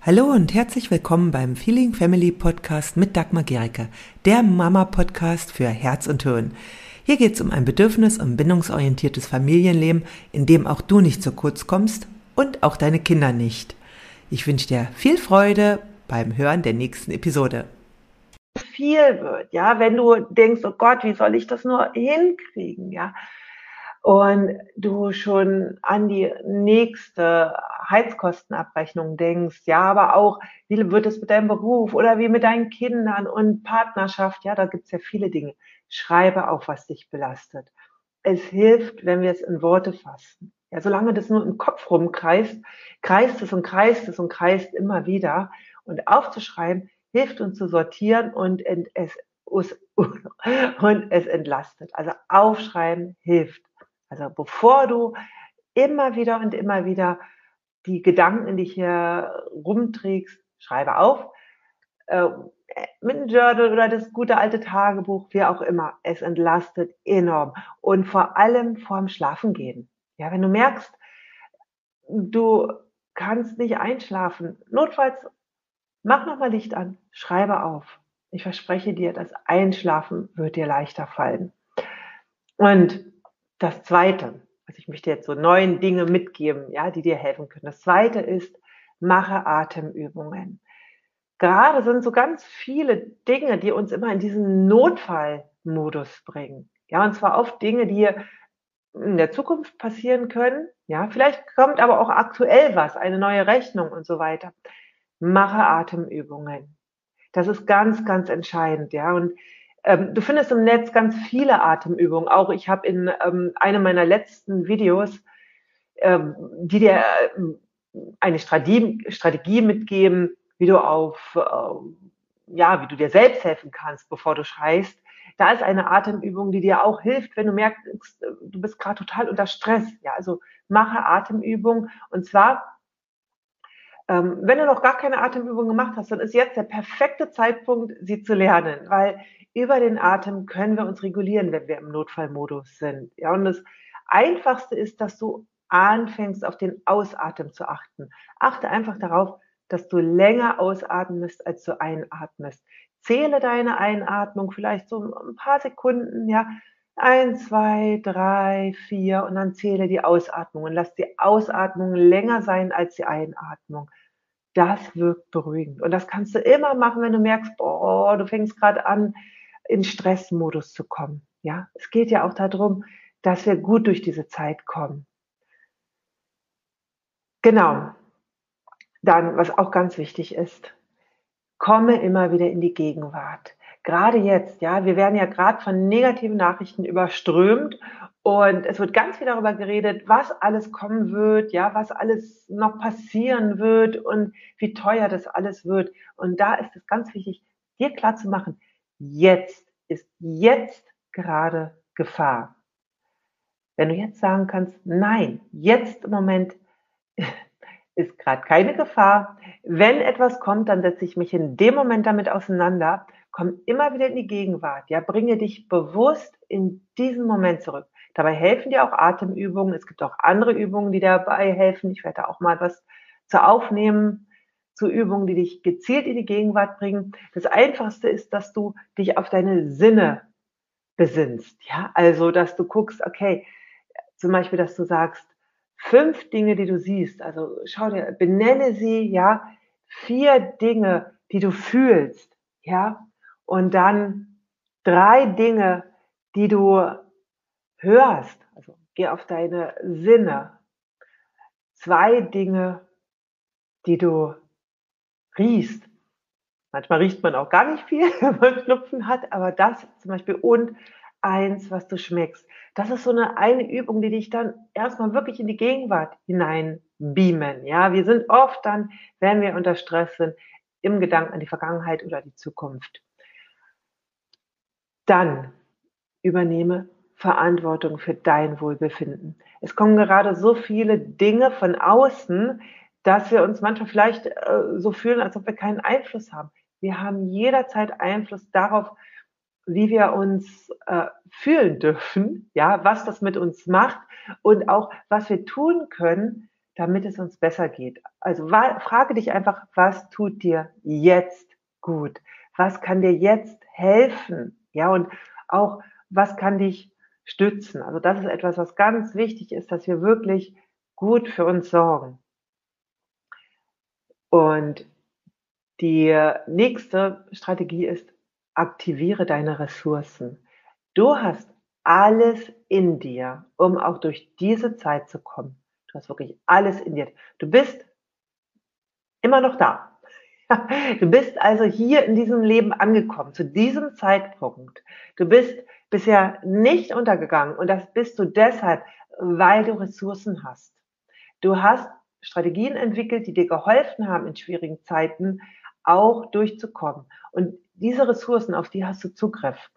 Hallo und herzlich willkommen beim Feeling Family Podcast mit Dagmar Gericke, der Mama-Podcast für Herz und Hirn. Hier geht es um ein bedürfnis- und bindungsorientiertes Familienleben, in dem auch du nicht zu kurz kommst und auch deine Kinder nicht. Ich wünsche dir viel Freude beim Hören der nächsten Episode. Viel wird, ja, wenn du denkst, oh Gott, wie soll ich das nur hinkriegen, ja, und du schon an die nächste Heizkostenabrechnung denkst, ja, aber auch, wie wird es mit deinem Beruf oder wie mit deinen Kindern und Partnerschaft, ja, da gibt's ja viele Dinge. Schreibe auf, was dich belastet. Es hilft, wenn wir es in Worte fassen. Ja, solange das nur im Kopf rumkreist, kreist es und kreist es und kreist immer wieder. Und aufzuschreiben hilft uns zu sortieren und es entlastet. Also aufschreiben hilft. Also bevor du immer wieder und immer wieder die Gedanken in dich hier rumträgst, schreibe auf, äh, mit einem Journal oder das gute alte Tagebuch, wie auch immer. Es entlastet enorm und vor allem vorm Schlafengehen. Ja, wenn du merkst, du kannst nicht einschlafen, notfalls mach noch mal Licht an, schreibe auf. Ich verspreche dir, das Einschlafen wird dir leichter fallen. Und das Zweite, also ich möchte jetzt so 9 Dinge mitgeben, ja, die dir helfen können. Das Zweite ist, mache Atemübungen. Gerade sind so ganz viele Dinge, die uns immer in diesen Notfallmodus bringen. Ja, und zwar oft Dinge, die in der Zukunft passieren können. Ja, vielleicht kommt aber auch aktuell was, eine neue Rechnung und so weiter. Mache Atemübungen. Das ist ganz, ganz entscheidend, ja. Und du findest im Netz ganz viele Atemübungen. Auch ich habe in einem meiner letzten Videos, die dir eine Strategie mitgeben, wie du wie du dir selbst helfen kannst, bevor du schreist. Da ist eine Atemübung, die dir auch hilft, wenn du merkst, du bist gerade total unter Stress. Ja, also mache Atemübung und zwar wenn du noch gar keine Atemübung gemacht hast, dann ist jetzt der perfekte Zeitpunkt, sie zu lernen, weil über den Atem können wir uns regulieren, wenn wir im Notfallmodus sind. Ja, und das Einfachste ist, dass du anfängst, auf den Ausatmen zu achten. Achte einfach darauf, dass du länger ausatmest, als du einatmest. Zähle deine Einatmung vielleicht so ein paar Sekunden, ja. 1, 2, 3, 4 und dann zähle die Ausatmung und lass die Ausatmung länger sein als die Einatmung. Das wirkt beruhigend. Und das kannst du immer machen, wenn du merkst, boah, du fängst gerade an, in Stressmodus zu kommen. Ja, es geht ja auch darum, dass wir gut durch diese Zeit kommen. Genau. Dann, was auch ganz wichtig ist, komme immer wieder in die Gegenwart. Gerade jetzt, ja, wir werden ja gerade von negativen Nachrichten überströmt und es wird ganz viel darüber geredet, was alles kommen wird, ja, was alles noch passieren wird und wie teuer das alles wird. Und da ist es ganz wichtig, dir klar zu machen, jetzt ist jetzt gerade Gefahr. Wenn du jetzt sagen kannst, nein, jetzt im Moment ist gerade keine Gefahr. Wenn etwas kommt, dann setze ich mich in dem Moment damit auseinander. Komm immer wieder in die Gegenwart. Ja, bringe dich bewusst in diesen Moment zurück. Dabei helfen dir auch Atemübungen. Es gibt auch andere Übungen, die dabei helfen. Ich werde da auch mal was zu aufnehmen, zu Übungen, die dich gezielt in die Gegenwart bringen. Das Einfachste ist, dass du dich auf deine Sinne besinnst. Ja, also, dass du guckst, okay, zum Beispiel, dass du sagst, 5 Dinge, die du siehst. Also schau dir, benenne sie, ja, 4 Dinge, die du fühlst, ja, und dann 3 Dinge, die du hörst. Also geh auf deine Sinne. 2 Dinge, die du riechst. Manchmal riecht man auch gar nicht viel, wenn man Schnupfen hat, aber das zum Beispiel und eins, was du schmeckst. Das ist so eine Übung, die dich dann erstmal wirklich in die Gegenwart hinein beamen. Ja, wir sind oft dann, wenn wir unter Stress sind, im Gedanken an die Vergangenheit oder die Zukunft. Dann übernehme Verantwortung für dein Wohlbefinden. Es kommen gerade so viele Dinge von außen, dass wir uns manchmal vielleicht so fühlen, als ob wir keinen Einfluss haben. Wir haben jederzeit Einfluss darauf, wie wir uns fühlen dürfen, ja, was das mit uns macht und auch was wir tun können, damit es uns besser geht. Also frage dich einfach, was tut dir jetzt gut? Was kann dir jetzt helfen? Ja, und auch, was kann dich stützen? Also das ist etwas, was ganz wichtig ist, dass wir wirklich gut für uns sorgen. Und die nächste Strategie ist, aktiviere deine Ressourcen. Du hast alles in dir, um auch durch diese Zeit zu kommen. Du hast wirklich alles in dir. Du bist immer noch da. Du bist also hier in diesem Leben angekommen, zu diesem Zeitpunkt. Du bist bisher nicht untergegangen und das bist du deshalb, weil du Ressourcen hast. Du hast Strategien entwickelt, die dir geholfen haben, in schwierigen Zeiten auch durchzukommen. Und diese Ressourcen, auf die hast du Zugriff.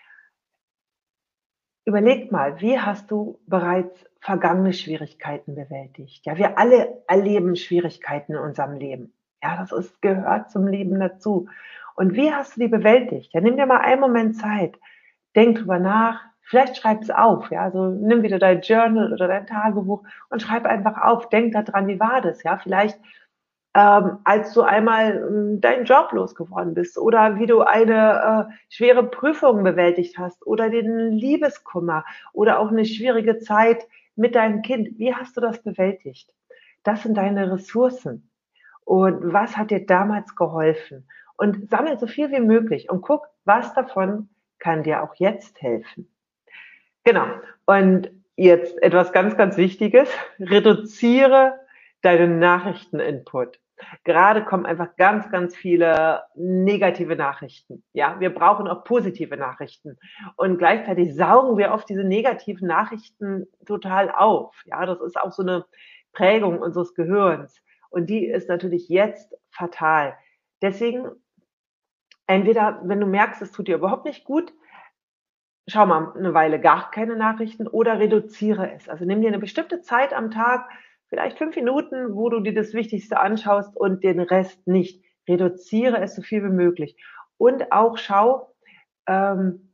Überleg mal, wie hast du bereits vergangene Schwierigkeiten bewältigt? Ja, wir alle erleben Schwierigkeiten in unserem Leben. Ja, gehört zum Leben dazu. Und wie hast du die bewältigt? Ja, nimm dir mal einen Moment Zeit. Denk drüber nach. Vielleicht schreib es auf. Ja, also nimm wieder dein Journal oder dein Tagebuch und schreib einfach auf. Denk daran, wie war das? Ja, vielleicht als du einmal deinen Job losgeworden bist oder wie du eine schwere Prüfung bewältigt hast oder den Liebeskummer oder auch eine schwierige Zeit mit deinem Kind. Wie hast du das bewältigt? Das sind deine Ressourcen. Und was hat dir damals geholfen? Und sammel so viel wie möglich und guck, was davon kann dir auch jetzt helfen. Genau. Und jetzt etwas ganz, ganz Wichtiges. Reduziere deinen Nachrichteninput. Gerade kommen einfach ganz, ganz viele negative Nachrichten. Ja, wir brauchen auch positive Nachrichten. Und gleichzeitig saugen wir oft diese negativen Nachrichten total auf. Ja, das ist auch so eine Prägung unseres Gehirns. Und die ist natürlich jetzt fatal. Deswegen entweder, wenn du merkst, es tut dir überhaupt nicht gut, schau mal eine Weile gar keine Nachrichten oder reduziere es. Also nimm dir eine bestimmte Zeit am Tag, vielleicht 5 Minuten, wo du dir das Wichtigste anschaust und den Rest nicht. Reduziere es so viel wie möglich. Und auch schau, ähm,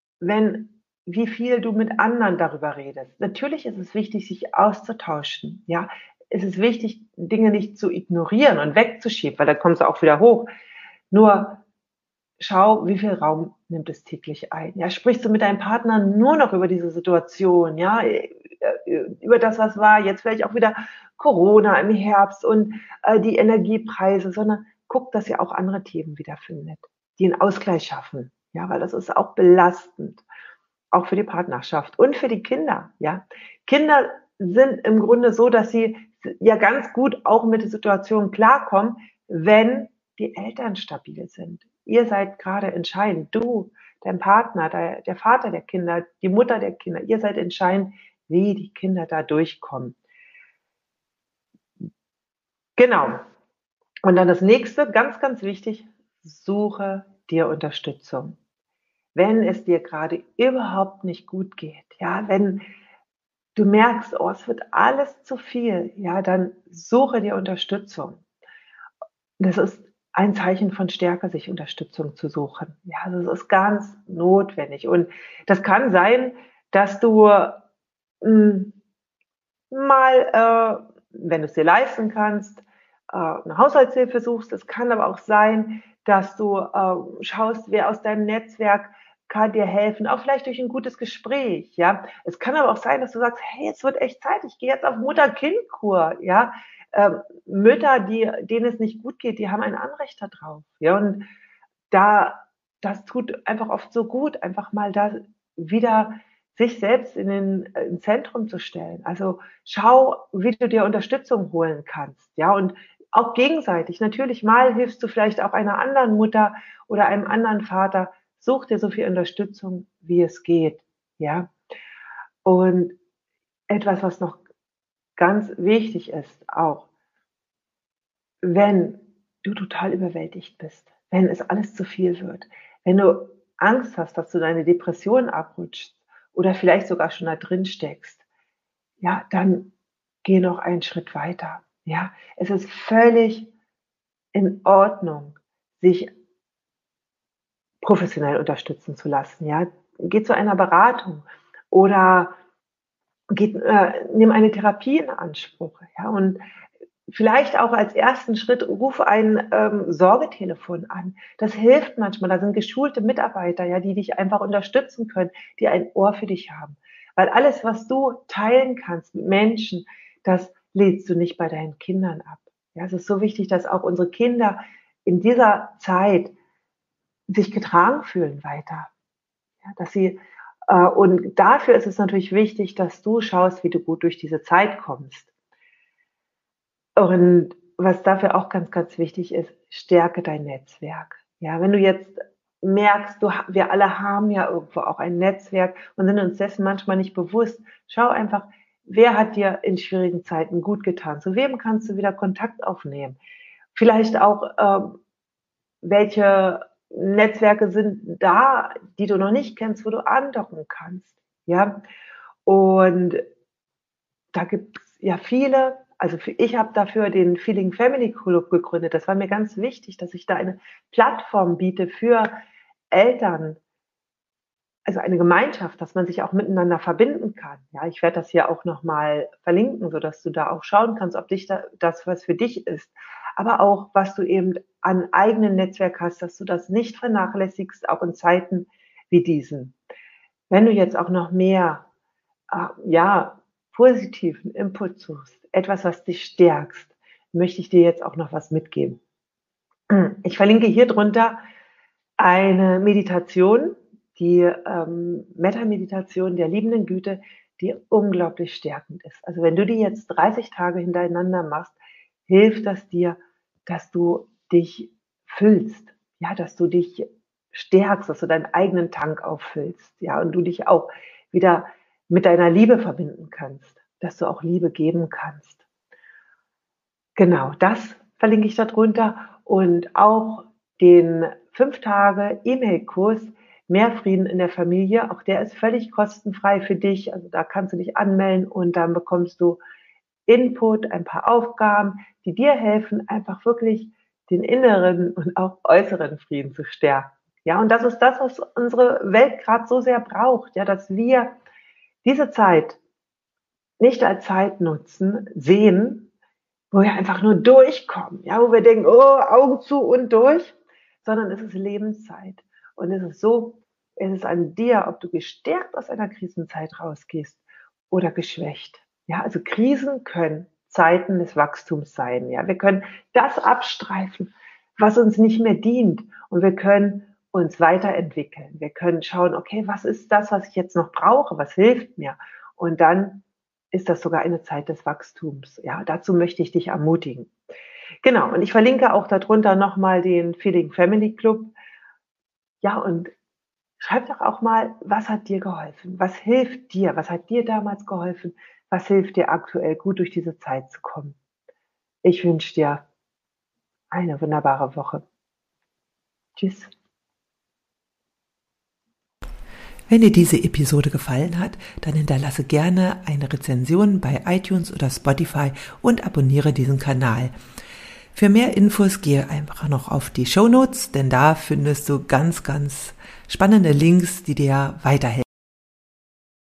wie viel du mit anderen darüber redest. Natürlich ist es wichtig, sich auszutauschen. Ja, es ist wichtig, Dinge nicht zu ignorieren und wegzuschieben, weil dann kommt es auch wieder hoch. Nur schau, wie viel Raum nimmt es täglich ein. Ja, sprichst du mit deinem Partner nur noch über diese Situation, ja, über das, was war, jetzt vielleicht auch wieder Corona im Herbst und die Energiepreise, sondern guck, dass ihr auch andere Themen wiederfindet, die einen Ausgleich schaffen. Ja, weil das ist auch belastend, auch für die Partnerschaft und für die Kinder. Ja, Kinder sind im Grunde so, dass sie ja ganz gut auch mit der Situation klarkommen, wenn die Eltern stabil sind. Ihr seid gerade entscheidend. Du, dein Partner, der Vater der Kinder, die Mutter der Kinder, ihr seid entscheidend, wie die Kinder da durchkommen. Genau. Und dann das nächste, ganz, ganz wichtig, suche dir Unterstützung. Wenn es dir gerade überhaupt nicht gut geht, ja, wenn du merkst, oh, es wird alles zu viel, ja, dann suche dir Unterstützung. Das ist ein Zeichen von Stärke, sich Unterstützung zu suchen. Ja, das ist ganz notwendig. Und das kann sein, dass du wenn du es dir leisten kannst, eine Haushaltshilfe suchst. Es kann aber auch sein, dass du schaust, wer aus deinem Netzwerk kann dir helfen, auch vielleicht durch ein gutes Gespräch. Ja, es kann aber auch sein, dass du sagst, hey, es wird echt Zeit, ich gehe jetzt auf Mutter-Kind-Kur. Ja, Mütter, denen es nicht gut geht, die haben ein Anrecht darauf. Ja, und das tut einfach oft so gut, einfach mal da wieder sich selbst ins Zentrum zu stellen. Also schau, wie du dir Unterstützung holen kannst. Ja, und auch gegenseitig. Natürlich mal hilfst du vielleicht auch einer anderen Mutter oder einem anderen Vater. Such dir so viel Unterstützung, wie es geht. Ja, und etwas, was noch ganz wichtig ist, auch wenn du total überwältigt bist, wenn es alles zu viel wird, wenn du Angst hast, dass du deine Depression abrutschst oder vielleicht sogar schon da drin steckst, ja, dann geh noch einen Schritt weiter. Ja, es ist völlig in Ordnung, sich professionell unterstützen zu lassen. Ja, geh zu einer Beratung oder nimm eine Therapie in Anspruch, ja, und vielleicht auch als ersten Schritt ruf ein Sorgetelefon an. Das hilft manchmal. Da sind geschulte Mitarbeiter, ja, die dich einfach unterstützen können, die ein Ohr für dich haben. Weil alles, was du teilen kannst mit Menschen, das lädst du nicht bei deinen Kindern ab. Ja, es ist so wichtig, dass auch unsere Kinder in dieser Zeit sich getragen fühlen weiter. Ja, dass sie und dafür ist es natürlich wichtig, dass du schaust, wie du gut durch diese Zeit kommst. Und was dafür auch ganz, ganz wichtig ist, stärke dein Netzwerk. Ja, wenn du jetzt merkst, wir alle haben ja irgendwo auch ein Netzwerk und sind uns dessen manchmal nicht bewusst, schau einfach, wer hat dir in schwierigen Zeiten gut getan? Zu wem kannst du wieder Kontakt aufnehmen? Vielleicht auch, welche Netzwerke sind da, die du noch nicht kennst, wo du andocken kannst. Ja, und da gibt's ja viele. Also ich habe dafür den Feeling Family Club gegründet. Das war mir ganz wichtig, dass ich da eine Plattform biete für Eltern, also eine Gemeinschaft, dass man sich auch miteinander verbinden kann. Ja, ich werde das hier auch nochmal verlinken, sodass du da auch schauen kannst, ob das was für dich ist. Aber auch, was du eben an eigenem Netzwerk hast, dass du das nicht vernachlässigst, auch in Zeiten wie diesen. Wenn du jetzt auch noch mehr, positiven Input suchst, etwas, was dich stärkst, möchte ich dir jetzt auch noch was mitgeben. Ich verlinke hier drunter eine Meditation, die Metta-Meditation der liebenden Güte, die unglaublich stärkend ist. Also wenn du die jetzt 30 Tage hintereinander machst, hilft das dir, dass du dich füllst, ja, dass du dich stärkst, dass du deinen eigenen Tank auffüllst, ja, und du dich auch wieder mit deiner Liebe verbinden kannst, dass du auch Liebe geben kannst. Genau, das verlinke ich darunter und auch den 5 Tage E-Mail-Kurs Mehr Frieden in der Familie. Auch der ist völlig kostenfrei für dich. Also da kannst du dich anmelden und dann bekommst du Input, ein paar Aufgaben, die dir helfen, einfach wirklich den inneren und auch äußeren Frieden zu stärken. Ja, und das ist das, was unsere Welt gerade so sehr braucht, ja, dass wir diese Zeit nicht als Zeit sehen, wo wir einfach nur durchkommen, ja, wo wir denken, oh, Augen zu und durch, sondern es ist Lebenszeit. Und es ist an dir, ob du gestärkt aus einer Krisenzeit rausgehst oder geschwächt. Ja, also Krisen können Zeiten des Wachstums sein. Ja, wir können das abstreifen, was uns nicht mehr dient. Und wir können uns weiterentwickeln. Wir können schauen, okay, was ist das, was ich jetzt noch brauche? Was hilft mir? Und dann ist das sogar eine Zeit des Wachstums. Ja, dazu möchte ich dich ermutigen. Genau. Und ich verlinke auch darunter nochmal den Feeling Family Club. Ja, und schreib doch auch mal, was hat dir geholfen? Was hilft dir? Was hat dir damals geholfen? Was hilft dir aktuell, gut durch diese Zeit zu kommen? Ich wünsche dir eine wunderbare Woche. Tschüss. Wenn dir diese Episode gefallen hat, dann hinterlasse gerne eine Rezension bei iTunes oder Spotify und abonniere diesen Kanal. Für mehr Infos gehe einfach noch auf die Shownotes, denn da findest du ganz, ganz spannende Links, die dir weiterhelfen.